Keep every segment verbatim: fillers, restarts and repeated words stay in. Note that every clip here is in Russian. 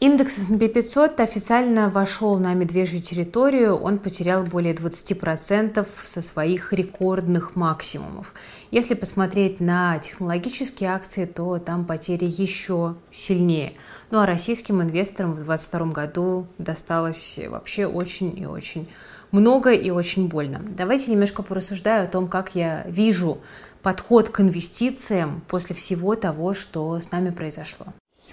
Индекс эс энд пи пятьсот официально вошел на медвежью территорию, он потерял более двадцать процентов со своих рекордных максимумов. Если посмотреть на технологические акции, то там потери еще сильнее. Ну а российским инвесторам в две тысячи двадцать втором году досталось вообще очень и очень много и очень больно. Давайте немножко порассуждаю о том, как я вижу подход к инвестициям после всего того, что с нами произошло.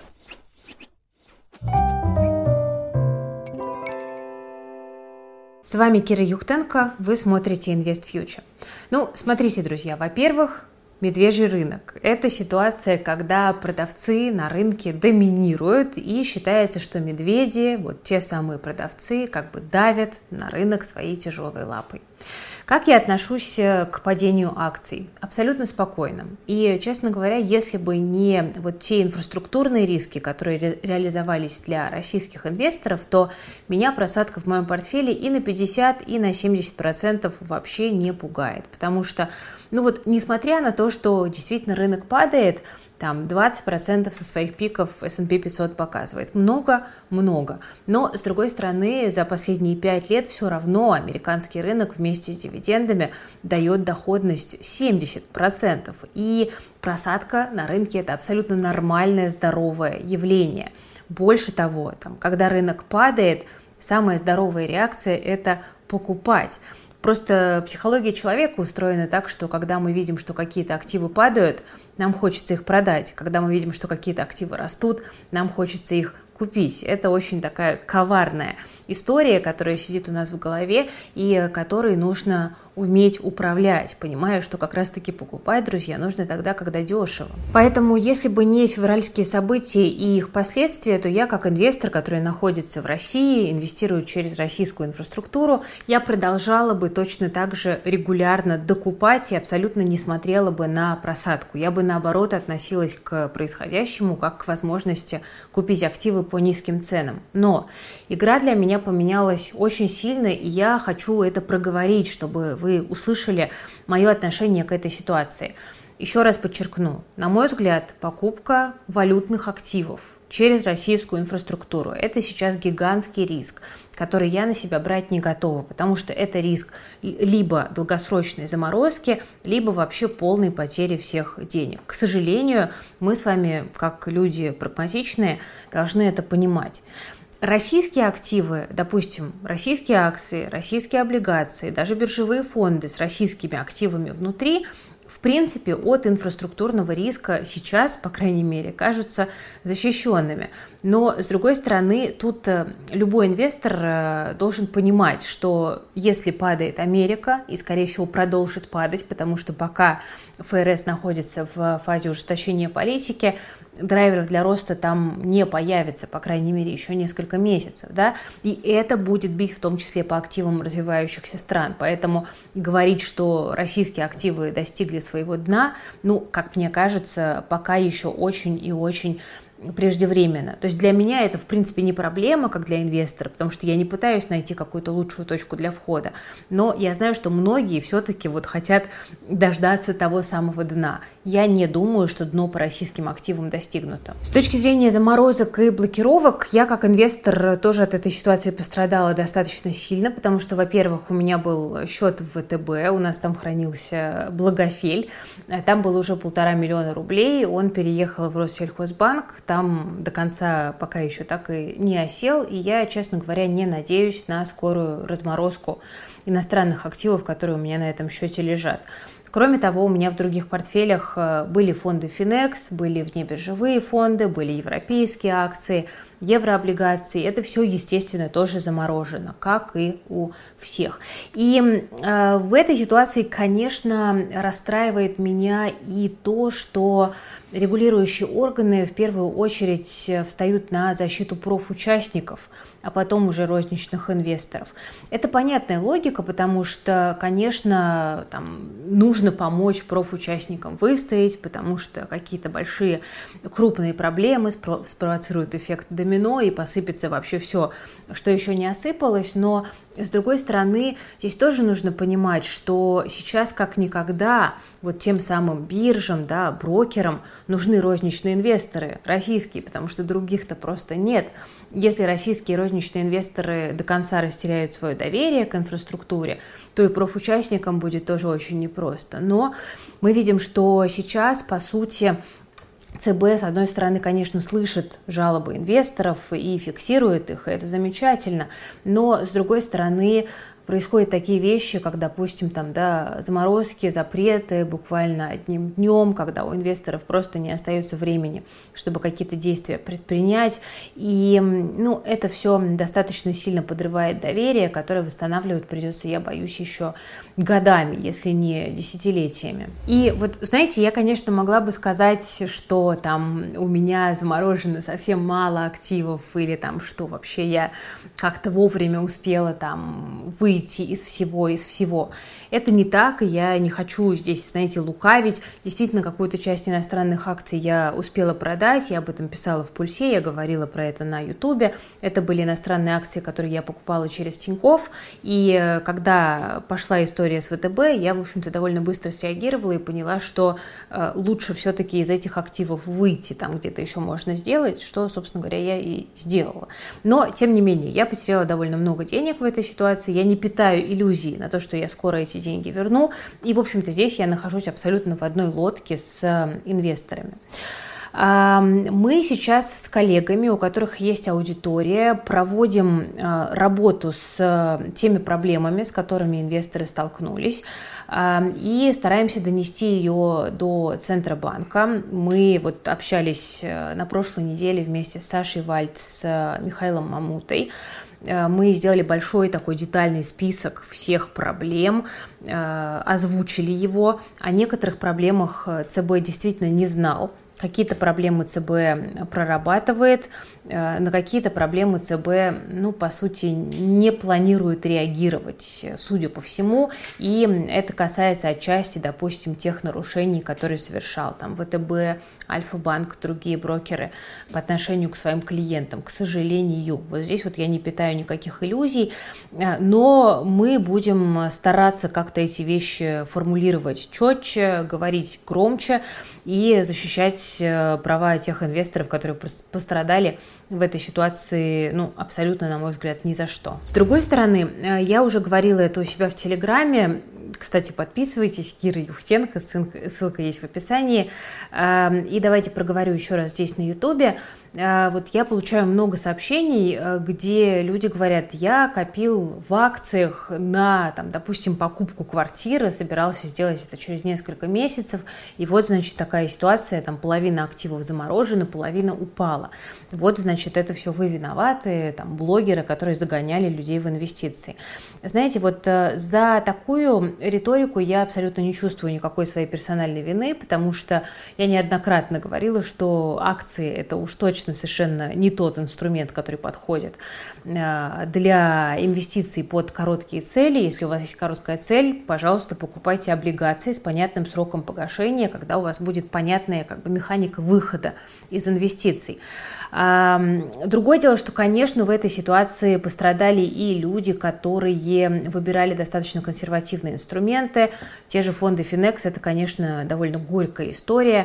С вами Кира Юхтенко, вы смотрите InvestFuture. Ну, смотрите, друзья, во-первых, медвежий рынок. Это ситуация, когда продавцы на рынке доминируют, и считается, что медведи, вот те самые продавцы, как бы давят на рынок своей тяжелой лапой. Как я отношусь к падению акций? Абсолютно спокойно. И, честно говоря, если бы не вот те инфраструктурные риски, которые ре- реализовались для российских инвесторов, то меня просадка в моем портфеле и на пятьдесят, и на семьдесят процентов вообще не пугает. Потому что, ну вот, несмотря на то, что действительно рынок падает, там двадцать процентов со своих пиков эс энд пи пятьсот показывает. Много-много. Но, с другой стороны, за последние пять лет все равно американский рынок вместе с дивидендами дает доходность семьдесят процентов. И просадка на рынке – это абсолютно нормальное, здоровое явление. Больше того, там, когда рынок падает, самая здоровая реакция – это покупать. Просто психология человека устроена так, что когда мы видим, что какие-то активы падают, нам хочется их продать. Когда мы видим, что какие-то активы растут, нам хочется их купить. Это очень такая коварная история, которая сидит у нас в голове и которой нужно уметь управлять, понимая, что как раз-таки покупать, друзья, нужно тогда, когда дешево. Поэтому, если бы не февральские события и их последствия, то я, как инвестор, который находится в России, инвестирует через российскую инфраструктуру, я продолжала бы точно так же регулярно докупать и абсолютно не смотрела бы на просадку. Я бы, наоборот, относилась к происходящему как к возможности купить активы по низким ценам. Но игра для меня поменялась очень сильно, и я хочу это проговорить, чтобы вы услышали мое отношение к этой ситуации. Еще раз подчеркну, на мой взгляд, покупка валютных активов через российскую инфраструктуру – это сейчас гигантский риск, который я на себя брать не готова, потому что это риск либо долгосрочной заморозки, либо вообще полной потери всех денег. К сожалению, мы с вами, как люди прагматичные, должны это понимать. Российские активы, допустим, российские акции, российские облигации, даже биржевые фонды с российскими активами внутри, в принципе, от инфраструктурного риска сейчас, по крайней мере, кажутся защищенными. Но, с другой стороны, тут любой инвестор должен понимать, что если падает Америка, и, скорее всего, продолжит падать, потому что пока эф эр эс находится в фазе ужесточения политики, драйверов для роста там не появится, по крайней мере, еще несколько месяцев, да, и это будет бить в том числе по активам развивающихся стран. Поэтому говорить, что российские активы достигли своего дна, ну, как мне кажется, пока еще очень и очень преждевременно. То есть для меня это, в принципе, не проблема, как для инвестора, потому что я не пытаюсь найти какую-то лучшую точку для входа. Но я знаю, что многие все-таки вот хотят дождаться того самого дна. Я не думаю, что дно по российским активам достигнуто. С точки зрения заморозок и блокировок, я как инвестор тоже от этой ситуации пострадала достаточно сильно, потому что, во-первых, у меня был счет в вэ тэ бэ, у нас там хранился Благофель, там было уже полтора миллиона рублей, он переехал в Россельхозбанк, там до конца пока еще так и не осел, и я, честно говоря, не надеюсь на скорую разморозку иностранных активов, которые у меня на этом счете лежат. Кроме того, у меня в других портфелях были фонды Финекс, были внебиржевые фонды, были европейские акции, еврооблигации. Это все, естественно, тоже заморожено, как и у всех. И э, в этой ситуации, конечно, расстраивает меня и то, что регулирующие органы в первую очередь встают на защиту профучастников, а потом уже розничных инвесторов. Это понятная логика, потому что, конечно, там нужно помочь профучастникам выстоять, потому что какие-то большие крупные проблемы спровоцируют эффект домино, домино и посыпется вообще все, что еще не осыпалось. Но, с другой стороны, здесь тоже нужно понимать, что сейчас как никогда вот тем самым биржам, да, брокерам нужны розничные инвесторы, российские, потому что других-то просто нет. Если российские розничные инвесторы до конца растеряют свое доверие к инфраструктуре, то и профучастникам будет тоже очень непросто. Но мы видим, что сейчас, по сути, ЦБ, с одной стороны, конечно, слышит жалобы инвесторов и фиксирует их, и это замечательно, но, с другой стороны, происходят такие вещи, как, допустим, там, да, заморозки, запреты буквально одним днем, когда у инвесторов просто не остается времени, чтобы какие-то действия предпринять. И ну, это все достаточно сильно подрывает доверие, которое восстанавливать придется, я боюсь, еще годами, если не десятилетиями. И вот, знаете, я, конечно, могла бы сказать, что там у меня заморожено совсем мало активов, или там, что вообще я как-то вовремя успела там выйти из всего, из всего. Это не так, и я не хочу здесь, знаете, лукавить. Действительно, какую-то часть иностранных акций я успела продать, я об этом писала в Пульсе, я говорила про это на Ютубе. Это были иностранные акции, которые я покупала через Тинькофф, и когда пошла история с ВТБ, я, в общем-то, довольно быстро среагировала и поняла, что э, лучше все-таки из этих активов выйти, там где-то еще можно сделать, что, собственно говоря, я и сделала. Но, тем не менее, я потеряла довольно много денег в этой ситуации, я не питаю иллюзий на то, что я скоро эти деньги верну. И, в общем-то, здесь я нахожусь абсолютно в одной лодке с инвесторами. Мы сейчас с коллегами, у которых есть аудитория, проводим работу с теми проблемами, с которыми инвесторы столкнулись, и стараемся донести ее до Центробанка. Мы вот общались на прошлой неделе вместе с Сашей Вальд, с Михаилом Мамутой. Мы сделали большой такой детальный список всех проблем, озвучили его. О некоторых проблемах ЦБ действительно не знал. Какие-то проблемы ЦБ прорабатывает, на какие-то проблемы ЦБ, ну, по сути, не планирует реагировать, судя по всему. И это касается отчасти, допустим, тех нарушений, которые совершал там ВТБ, Альфа-банк, другие брокеры по отношению к своим клиентам. К сожалению, вот здесь вот я не питаю никаких иллюзий, но мы будем стараться как-то эти вещи формулировать четче, говорить громче и защищать права тех инвесторов, которые пострадали в этой ситуации, ну, абсолютно, на мой взгляд, ни за что. С другой стороны, я уже говорила это у себя в Телеграме. Кстати, подписывайтесь, Кира Юхтенко, ссылка есть в описании. И давайте проговорю еще раз здесь на Ютубе. Вот я получаю много сообщений, где люди говорят: я копил в акциях на, там, допустим, покупку квартиры, собирался сделать это через несколько месяцев, и вот, значит, такая ситуация, там половина активов заморожена, половина упала. Вот, значит, это все вы виноваты, там, блогеры, которые загоняли людей в инвестиции. Знаете, вот за такую риторику я абсолютно не чувствую никакой своей персональной вины, потому что я неоднократно говорила, что акции – это уж точно совершенно не тот инструмент, который подходит для инвестиций под короткие цели. Если у вас есть короткая цель, пожалуйста, покупайте облигации с понятным сроком погашения, когда у вас будет понятная как бы механика выхода из инвестиций. Другое дело, что, конечно, в этой ситуации пострадали и люди, которые выбирали достаточно консервативные инструменты. Те же фонды Finex – это, конечно, довольно горькая история.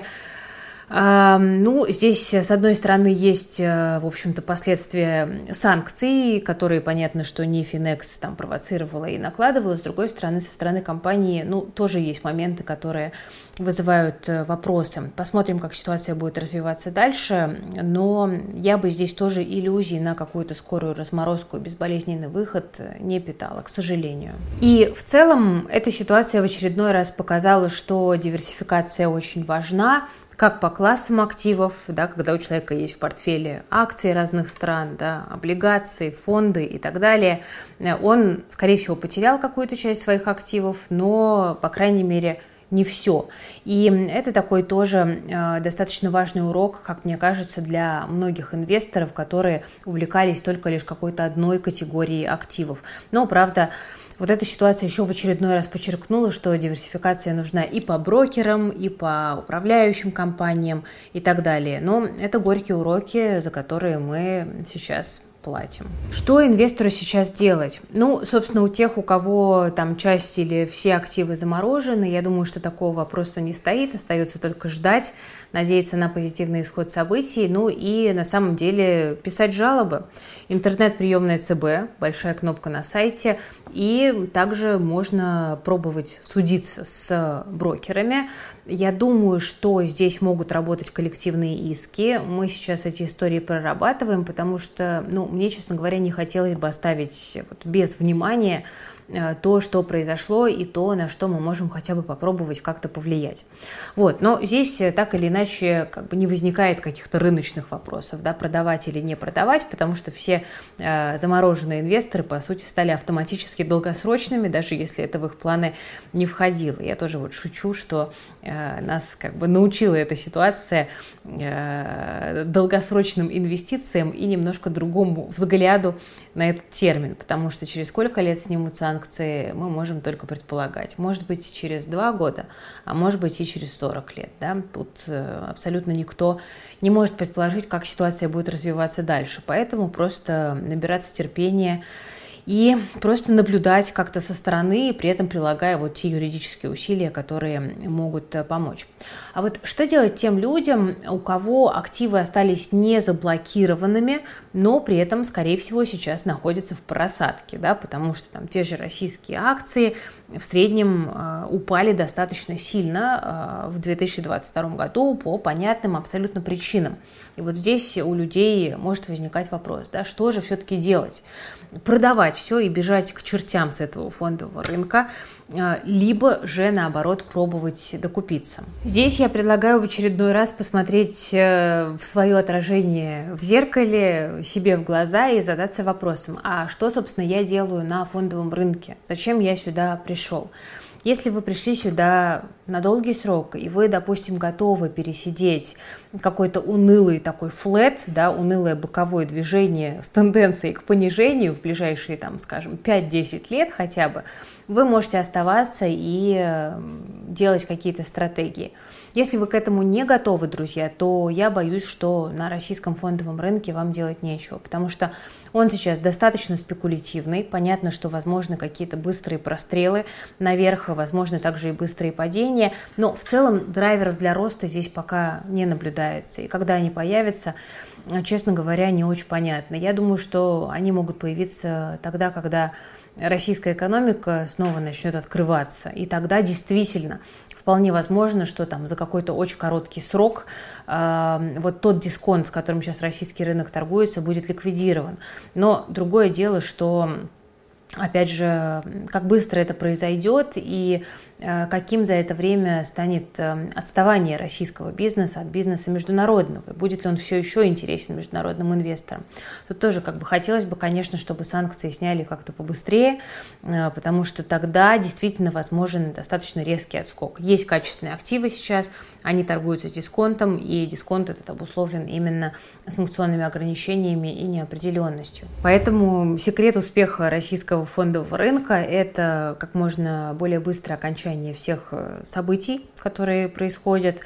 Ну, здесь, с одной стороны, есть, в общем-то, последствия санкций, которые, понятно, что не Finex там провоцировала и накладывала. С другой стороны, со стороны компании, ну, тоже есть моменты, которые вызывают вопросы. Посмотрим, как ситуация будет развиваться дальше, но я бы здесь тоже иллюзий на какую-то скорую разморозку и безболезненный выход не питала, к сожалению. И в целом эта ситуация в очередной раз показала, что диверсификация очень важна, как по классам активов, да, когда у человека есть в портфеле акции разных стран, да, облигации, фонды и так далее, он, скорее всего, потерял какую-то часть своих активов, но, по крайней мере, не все. И это такой тоже э, достаточно важный урок, как мне кажется, для многих инвесторов, которые увлекались только лишь какой-то одной категорией активов. Но, правда, вот эта ситуация еще в очередной раз подчеркнула, что диверсификация нужна и по брокерам, и по управляющим компаниям и так далее. Но это горькие уроки, за которые мы сейчас платим. Что инвестору сейчас делать? Ну, собственно, у тех, у кого там часть или все активы заморожены, я думаю, что такого вопроса не стоит, остается только ждать, надеяться на позитивный исход событий, ну и на самом деле писать жалобы. Интернет-приемная ЦБ, большая кнопка на сайте, и также можно пробовать судиться с брокерами. Я думаю, что здесь могут работать коллективные иски. Мы сейчас эти истории прорабатываем, потому что, ну, мне, честно говоря, не хотелось бы оставить вот без внимания то, что произошло, и то, на что мы можем хотя бы попробовать как-то повлиять. Вот. Но здесь так или иначе как бы не возникает каких-то рыночных вопросов, да, продавать или не продавать, потому что все э, замороженные инвесторы, по сути, стали автоматически долгосрочными, даже если это в их планы не входило. Я тоже вот шучу, что э, нас как бы научила эта ситуация э, долгосрочным инвестициям и немножко другому взгляду на этот термин, потому что через сколько лет снимут санкции, мы можем только предполагать. Может быть, через два года, а может быть и через сорок лет. Да? Тут абсолютно никто не может предположить, как ситуация будет развиваться дальше. Поэтому просто набираться терпения и просто наблюдать как-то со стороны, при этом прилагая вот те юридические усилия, которые могут помочь. А вот что делать тем людям, у кого активы остались не заблокированными, но при этом, скорее всего, сейчас находятся в просадке, да, потому что там те же российские акции в среднем э, упали достаточно сильно э, в две тысячи двадцать втором году по понятным абсолютно причинам. И вот здесь у людей может возникать вопрос, да, что же все-таки делать? Продавать все и бежать к чертям с этого фондового рынка, либо же, наоборот, пробовать докупиться. Здесь я предлагаю в очередной раз посмотреть в свое отражение в зеркале, себе в глаза и задаться вопросом, а что, собственно, я делаю на фондовом рынке? Зачем я сюда пришел? Если вы пришли сюда на долгий срок, и вы, допустим, готовы пересидеть какой-то унылый такой флэт, да, унылое боковое движение с тенденцией к понижению в ближайшие, там, скажем, пять-десять лет хотя бы, вы можете оставаться и делать какие-то стратегии. Если вы к этому не готовы, друзья, то я боюсь, что на российском фондовом рынке вам делать нечего, потому что он сейчас достаточно спекулятивный. Понятно, что возможны какие-то быстрые прострелы наверх, возможно также и быстрые падения, но в целом драйверов для роста здесь пока не наблюдается. И когда они появятся, честно говоря, не очень понятно. Я думаю, что они могут появиться тогда, когда российская экономика снова начнет открываться. И тогда действительно вполне возможно, что там за какой-то очень короткий срок э, вот тот дисконт, с которым сейчас российский рынок торгуется, будет ликвидирован. Но другое дело, что, опять же, как быстро это произойдет и э, каким за это время станет э, отставание российского бизнеса от бизнеса международного, и будет ли он все еще интересен международным инвесторам. Тут тоже как бы хотелось бы, конечно, чтобы санкции сняли как-то побыстрее, э, потому что тогда действительно возможен достаточно резкий отскок. Есть качественные активы сейчас, они торгуются с дисконтом, и дисконт этот обусловлен именно санкционными ограничениями и неопределенностью. Поэтому секрет успеха российского фондового рынка – это как можно более быстрое окончание всех событий, которые происходят,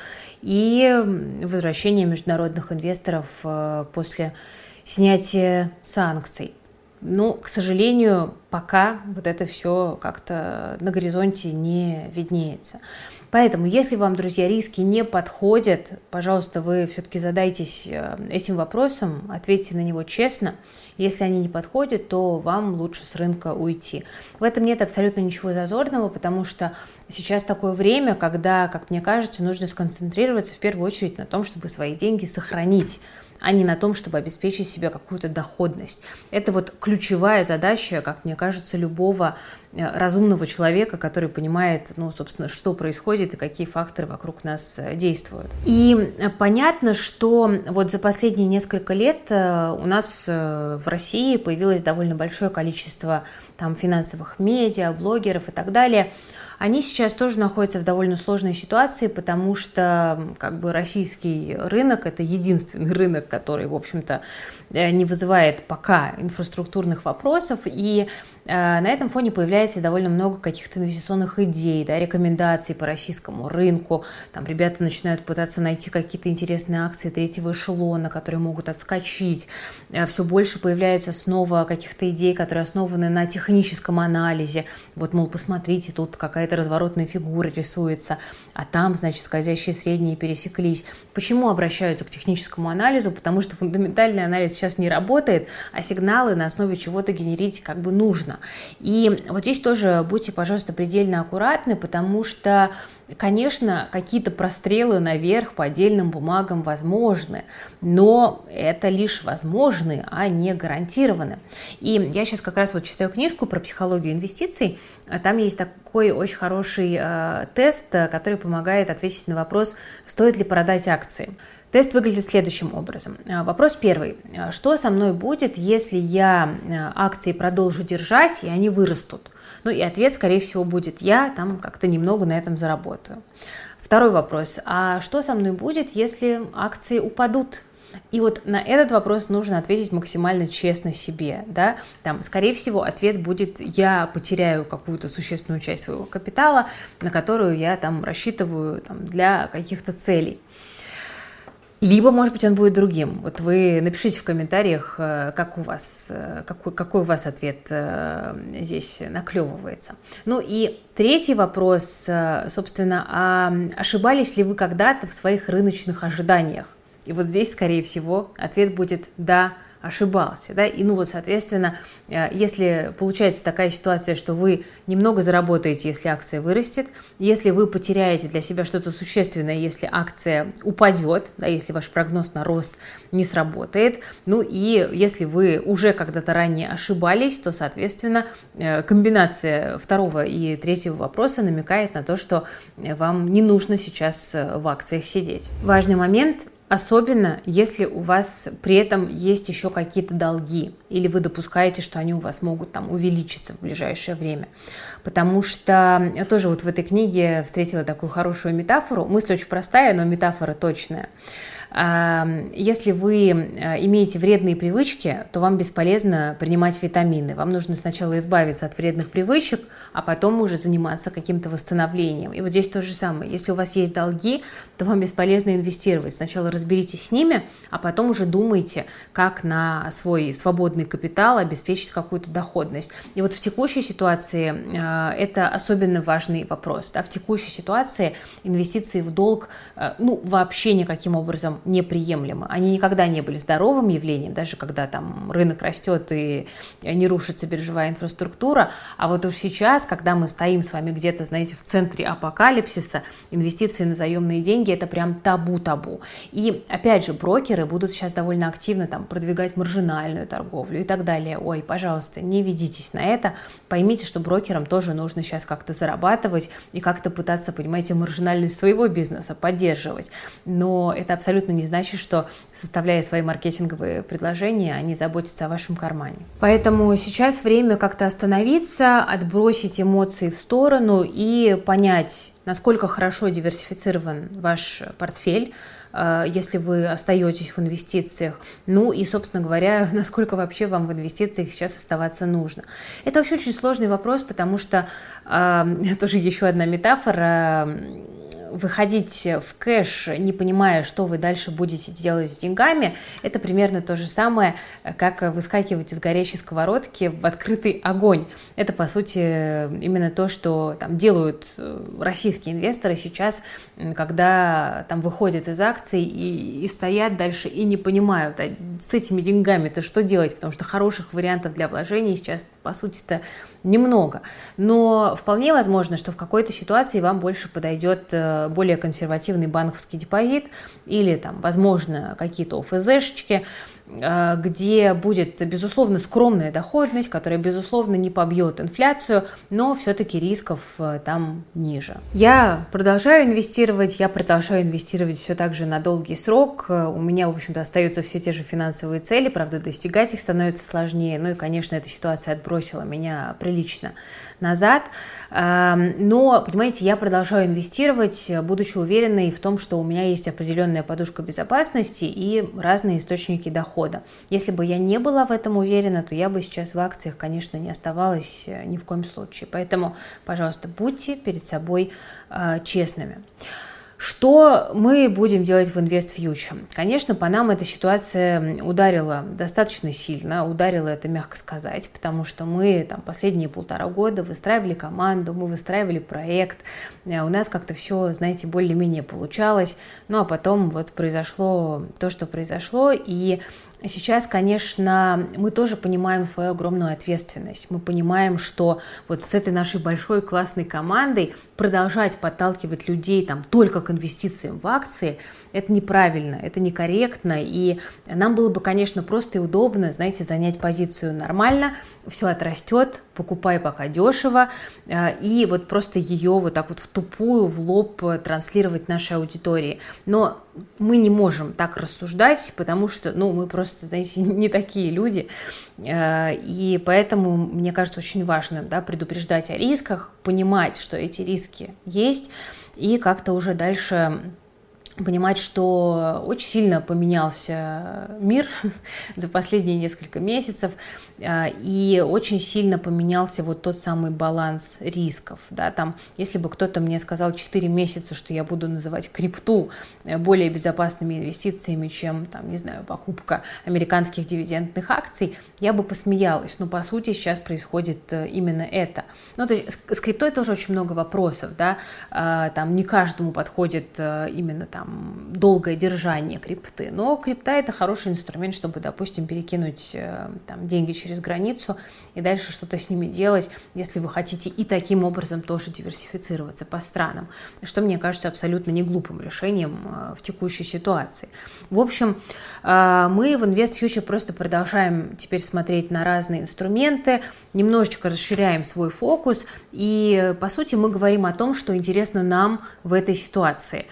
и возвращение международных инвесторов после снятия санкций. Но, к сожалению, пока вот это все как-то на горизонте не виднеется. Поэтому, если вам, друзья, риски не подходят, пожалуйста, вы все-таки задайтесь этим вопросом, ответьте на него честно. Если они не подходят, то вам лучше с рынка уйти. В этом нет абсолютно ничего зазорного, потому что сейчас такое время, когда, как мне кажется, нужно сконцентрироваться в первую очередь на том, чтобы свои деньги сохранить, а не на том, чтобы обеспечить себе какую-то доходность. Это вот ключевая задача, как мне кажется, любого разумного человека, который понимает, ну, собственно, что происходит и какие факторы вокруг нас действуют. И понятно, что вот за последние несколько лет у нас в России появилось довольно большое количество там финансовых медиа, блогеров и так далее. они сейчас тоже находятся в довольно сложной ситуации, потому что как бы российский рынок – это единственный рынок, который, в общем-то, не вызывает пока инфраструктурных вопросов, и на этом фоне появляется довольно много каких-то инвестиционных идей, да, рекомендаций по российскому рынку. Там ребята начинают пытаться найти какие-то интересные акции третьего эшелона, которые могут отскочить. Все больше появляется снова каких-то идей, которые основаны на техническом анализе. Вот, мол, посмотрите, тут какая-то разворотная фигура рисуется, а там, значит, скользящие средние пересеклись. Почему обращаются к техническому анализу? Потому что фундаментальный анализ сейчас не работает, а сигналы на основе чего-то генерить как бы нужно. И вот здесь тоже будьте, пожалуйста, предельно аккуратны, потому что, конечно, какие-то прострелы наверх по отдельным бумагам возможны, но это лишь возможны, а не гарантированы. И я сейчас как раз вот читаю книжку про психологию инвестиций, там есть такой очень хороший э, тест, который помогает ответить на вопрос, стоит ли продать акции. Тест выглядит следующим образом. Вопрос первый. Что со мной будет, если я акции продолжу держать, и они вырастут? Ну и ответ, скорее всего, будет я там как-то немного на этом заработаю. Второй вопрос. А что со мной будет, если акции упадут? И вот на этот вопрос нужно ответить максимально честно себе. Да? Там, скорее всего, ответ будет: я потеряю какую-то существенную часть своего капитала, на которую я там рассчитываю там, для каких-то целей. Либо, может быть, он будет другим. Вот вы напишите в комментариях, как у вас, какой, какой у вас ответ здесь наклевывается. Ну и третий вопрос, собственно, а ошибались ли вы когда-то в своих рыночных ожиданиях? И вот здесь, скорее всего, ответ будет «да». Ошибался, да, и ну вот, соответственно, если получается такая ситуация, что вы немного заработаете, если акция вырастет, если вы потеряете для себя что-то существенное, если акция упадет, да, если ваш прогноз на рост не сработает, ну и если вы уже когда-то ранее ошибались, то, соответственно, комбинация второго и третьего вопроса намекает на то, что вам не нужно сейчас в акциях сидеть. Важный момент. Особенно, если у вас при этом есть еще какие-то долги, или вы допускаете, что они у вас могут там увеличиться в ближайшее время. Потому что я тоже вот в этой книге встретила такую хорошую метафору. Мысль очень простая, но метафора точная. Если вы имеете вредные привычки, то вам бесполезно принимать витамины. Вам нужно сначала избавиться от вредных привычек, а потом уже заниматься каким-то восстановлением. И вот здесь то же самое. Если у вас есть долги, то вам бесполезно инвестировать. Сначала разберитесь с ними, а потом уже думайте, как на свой свободный капитал обеспечить какую-то доходность. И вот в текущей ситуации это особенно важный вопрос. Да? В текущей ситуации инвестиции в долг ну, вообще никаким образом неприемлемы. Они никогда не были здоровым явлением, даже когда там рынок растет и не рушится биржевая инфраструктура. А вот уж сейчас, когда мы стоим с вами где-то, знаете, в центре апокалипсиса, инвестиции на заемные деньги – это прям табу-табу. И опять же, брокеры будут сейчас довольно активно там продвигать маржинальную торговлю и так далее. Ой, пожалуйста, не ведитесь на это. Поймите, что брокерам тоже нужно сейчас как-то зарабатывать и как-то пытаться, понимаете, маржинальность своего бизнеса поддерживать. Но это абсолютно не значит, что, составляя свои маркетинговые предложения, они заботятся о вашем кармане. Поэтому сейчас время как-то остановиться, отбросить эмоции в сторону и понять, насколько хорошо диверсифицирован ваш портфель, если вы остаетесь в инвестициях, ну и, собственно говоря, насколько вообще вам в инвестициях сейчас оставаться нужно. Это вообще очень сложный вопрос, потому что э, тоже еще одна метафора. Выходить в кэш, не понимая, что вы дальше будете делать с деньгами, это примерно то же самое, как выскакивать из горящей сковородки в открытый огонь. Это, по сути, именно то, что там делают российские инвесторы сейчас, когда там выходят из акций и, и стоят дальше и не понимают, а с этими деньгами-то что делать, потому что хороших вариантов для вложений сейчас, по сути-то, немного. Но вполне возможно, что в какой-то ситуации вам больше подойдет более консервативный банковский депозит или, там, возможно, какие-то ОФЗшечки. где будет, безусловно, скромная доходность, которая, безусловно, не побьет инфляцию, но все-таки рисков там ниже. Я продолжаю инвестировать, я продолжаю инвестировать все так же на долгий срок. У меня, в общем-то, остаются все те же финансовые цели, правда, достигать их становится сложнее. Ну и, конечно, эта ситуация отбросила меня прилично назад. Но, понимаете, я продолжаю инвестировать, будучи уверенной в том, что у меня есть определенная подушка безопасности и разные источники дохода. Если бы я не была в этом уверена, то я бы сейчас в акциях, конечно, не оставалась ни в коем случае. Поэтому, пожалуйста, будьте перед собой честными. Что мы будем делать в InvestFuture? Конечно, по нам эта ситуация ударила достаточно сильно, ударила это, мягко сказать, потому что мы там последние полтора года выстраивали команду, мы выстраивали проект, у нас как-то все, знаете, более-менее получалось, ну а потом вот произошло то, что произошло, и сейчас, конечно, мы тоже понимаем свою огромную ответственность. Мы понимаем, что вот с этой нашей большой классной командой продолжать подталкивать людей там только к инвестициям в акции – это неправильно, это некорректно. И нам было бы, конечно, просто и удобно, знаете, занять позицию нормально, все отрастет, покупай пока дешево, и вот просто ее вот так вот в тупую, в лоб транслировать нашей аудитории. Но мы не можем так рассуждать, потому что, ну, мы просто, знаете, не такие люди, и поэтому, мне кажется, очень важно, да, предупреждать о рисках, понимать, что эти риски есть, и как-то уже дальше понимать, что очень сильно поменялся мир за последние несколько месяцев, и очень сильно поменялся вот тот самый баланс рисков. Да, там, если бы кто-то мне сказал четыре месяца, что я буду называть крипту более безопасными инвестициями, чем, там, не знаю, покупка американских дивидендных акций, я бы посмеялась. Но по сути сейчас происходит именно это. Ну, то есть с криптой тоже очень много вопросов, да, там не каждому подходит именно там долгое держание крипты, но крипта – это хороший инструмент, чтобы, допустим, перекинуть там деньги через границу и дальше что-то с ними делать, если вы хотите и таким образом тоже диверсифицироваться по странам, что мне кажется абсолютно не глупым решением в текущей ситуации. В общем, мы в InvestFuture просто продолжаем теперь смотреть на разные инструменты, немножечко расширяем свой фокус, и, по сути, мы говорим о том, что интересно нам в этой ситуации.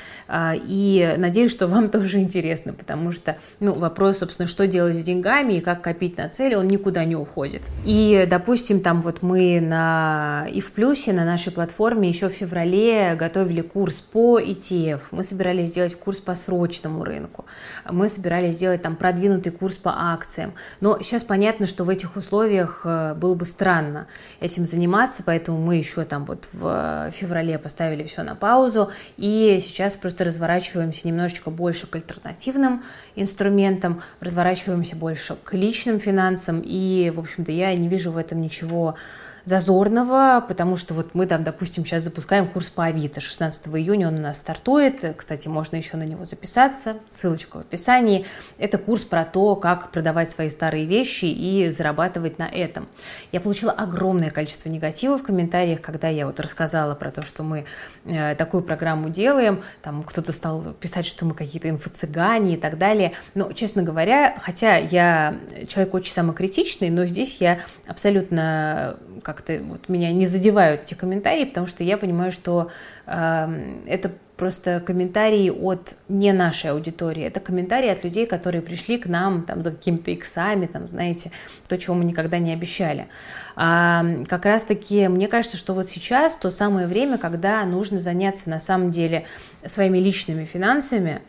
И надеюсь, что вам тоже интересно, потому что, ну, вопрос, собственно, что делать с деньгами и как копить на цели, он никуда не уходит. И, допустим, там вот мы на и в плюсе, на нашей платформе еще в феврале готовили курс по и ти эф, мы собирались сделать курс по срочному рынку, мы собирались сделать там продвинутый курс по акциям, но сейчас понятно, что в этих условиях было бы странно этим заниматься, поэтому мы еще там вот в феврале поставили все на паузу, и сейчас просто разворачиваемся немножечко больше к альтернативным инструментам, разворачиваемся больше к личным финансам, и, в общем-то, я не вижу в этом ничего зазорного, потому что вот мы там, допустим, сейчас запускаем курс по Авито, шестнадцатого июня он у нас стартует, кстати, можно еще на него записаться, ссылочка в описании. Это курс про то, как продавать свои старые вещи и зарабатывать на этом. Я получила огромное количество негатива в комментариях, когда я вот рассказала про то, что мы э, такую программу делаем, там кто-то стал писать, что мы какие-то инфо-цыгане и так далее, но, честно говоря, хотя я человек очень самокритичный, но здесь я абсолютно как-то вот меня не задевают эти комментарии, потому что я понимаю, что э, это просто комментарии от не нашей аудитории, это комментарии от людей, которые пришли к нам там, за какими-то иксами, там, знаете, то, чего мы никогда не обещали. А, как раз-таки мне кажется, что вот сейчас то самое время, когда нужно заняться на самом деле своими личными финансами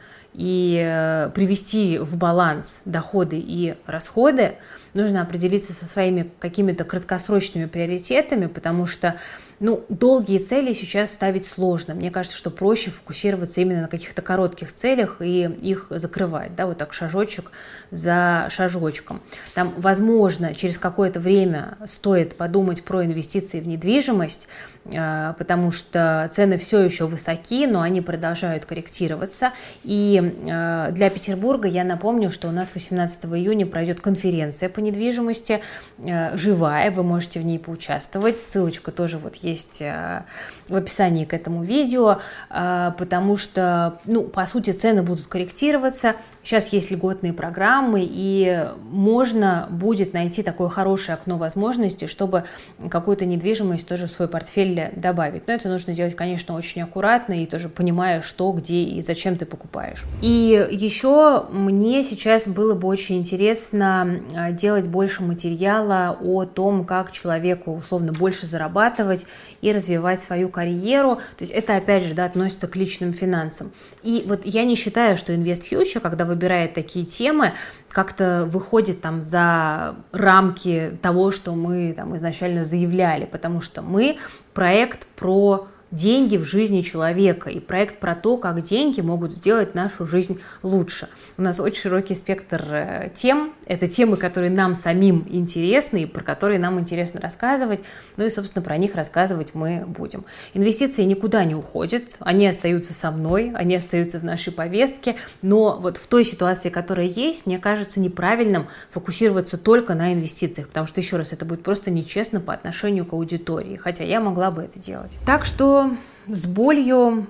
и привести в баланс доходы и расходы, нужно определиться со своими какими-то краткосрочными приоритетами, потому что, ну, долгие цели сейчас ставить сложно. Мне кажется, что проще фокусироваться именно на каких-то коротких целях и их закрывать, да, вот так шажочек за шажочком. Там, возможно, через какое-то время стоит подумать про инвестиции в недвижимость, потому что цены все еще высоки, но они продолжают корректироваться. И для Петербурга я напомню, что у нас восемнадцатого июня пройдет конференция по недвижимости, живая, вы можете в ней поучаствовать. Ссылочка тоже вот есть в описании к этому видео, потому что, ну, по сути, цены будут корректироваться, Сейчас есть льготные программы, и можно будет найти такое хорошее окно возможностей, чтобы какую-то недвижимость тоже в свой портфель добавить. Но это нужно делать, конечно, очень аккуратно и тоже понимая, что, где и зачем ты покупаешь. И еще мне сейчас было бы очень интересно делать больше материала о том, как человеку условно больше зарабатывать и развивать свою карьеру. То есть это, опять же, да, относится к личным финансам. И вот я не считаю, что InvestFuture, когда выбирает такие темы, как-то выходит там за рамки того, что мы там изначально заявляли, потому что мы проект про деньги в жизни человека и проект про то, как деньги могут сделать нашу жизнь лучше. У нас очень широкий спектр тем. Это темы, которые нам самим интересны и про которые нам интересно рассказывать. Ну и, собственно, про них рассказывать мы будем. Инвестиции никуда не уходят. Они остаются со мной, они остаются в нашей повестке. Но вот в той ситуации, которая есть, мне кажется неправильным фокусироваться только на инвестициях, потому что, еще раз, это будет просто нечестно по отношению к аудитории, хотя я могла бы это делать. Так что с болью,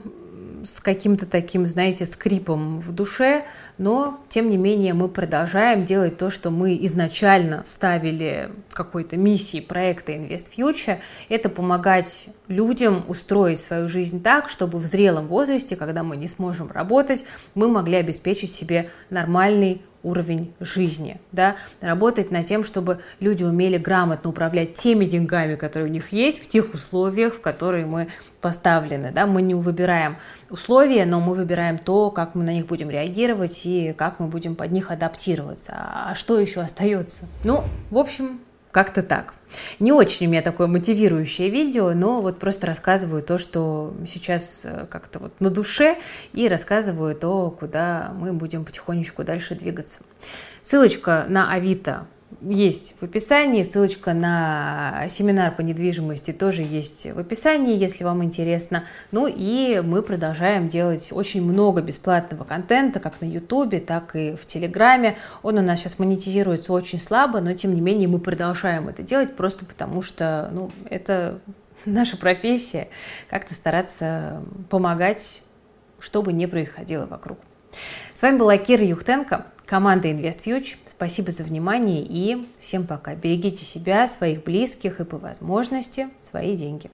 с каким-то таким, знаете, скрипом в душе, но, тем не менее, мы продолжаем делать то, что мы изначально ставили какой-то миссией проекта InvestFuture, это помогать людям устроить свою жизнь так, чтобы в зрелом возрасте, когда мы не сможем работать, мы могли обеспечить себе нормальный уровень жизни, да, работать над тем, чтобы люди умели грамотно управлять теми деньгами, которые у них есть, в тех условиях, в которые мы поставлены, да, мы не выбираем условия, но мы выбираем то, как мы на них будем реагировать и как мы будем под них адаптироваться. А что еще остается? Ну, в общем, как-то так. Не очень у меня такое мотивирующее видео, но вот просто рассказываю то, что сейчас как-то вот на душе, и рассказываю то, куда мы будем потихонечку дальше двигаться. Ссылочка на Авито есть в описании, ссылочка на семинар по недвижимости тоже есть в описании, если вам интересно. Ну и мы продолжаем делать очень много бесплатного контента, как на Ютубе, так и в Телеграме. Он у нас сейчас монетизируется очень слабо, но тем не менее мы продолжаем это делать, просто потому что, ну, это наша профессия, как-то стараться помогать, что бы ни происходило вокруг. С вами была Кира Юхтенко, команда InvestFuture. Спасибо за внимание и всем пока. Берегите себя, своих близких и по возможности свои деньги.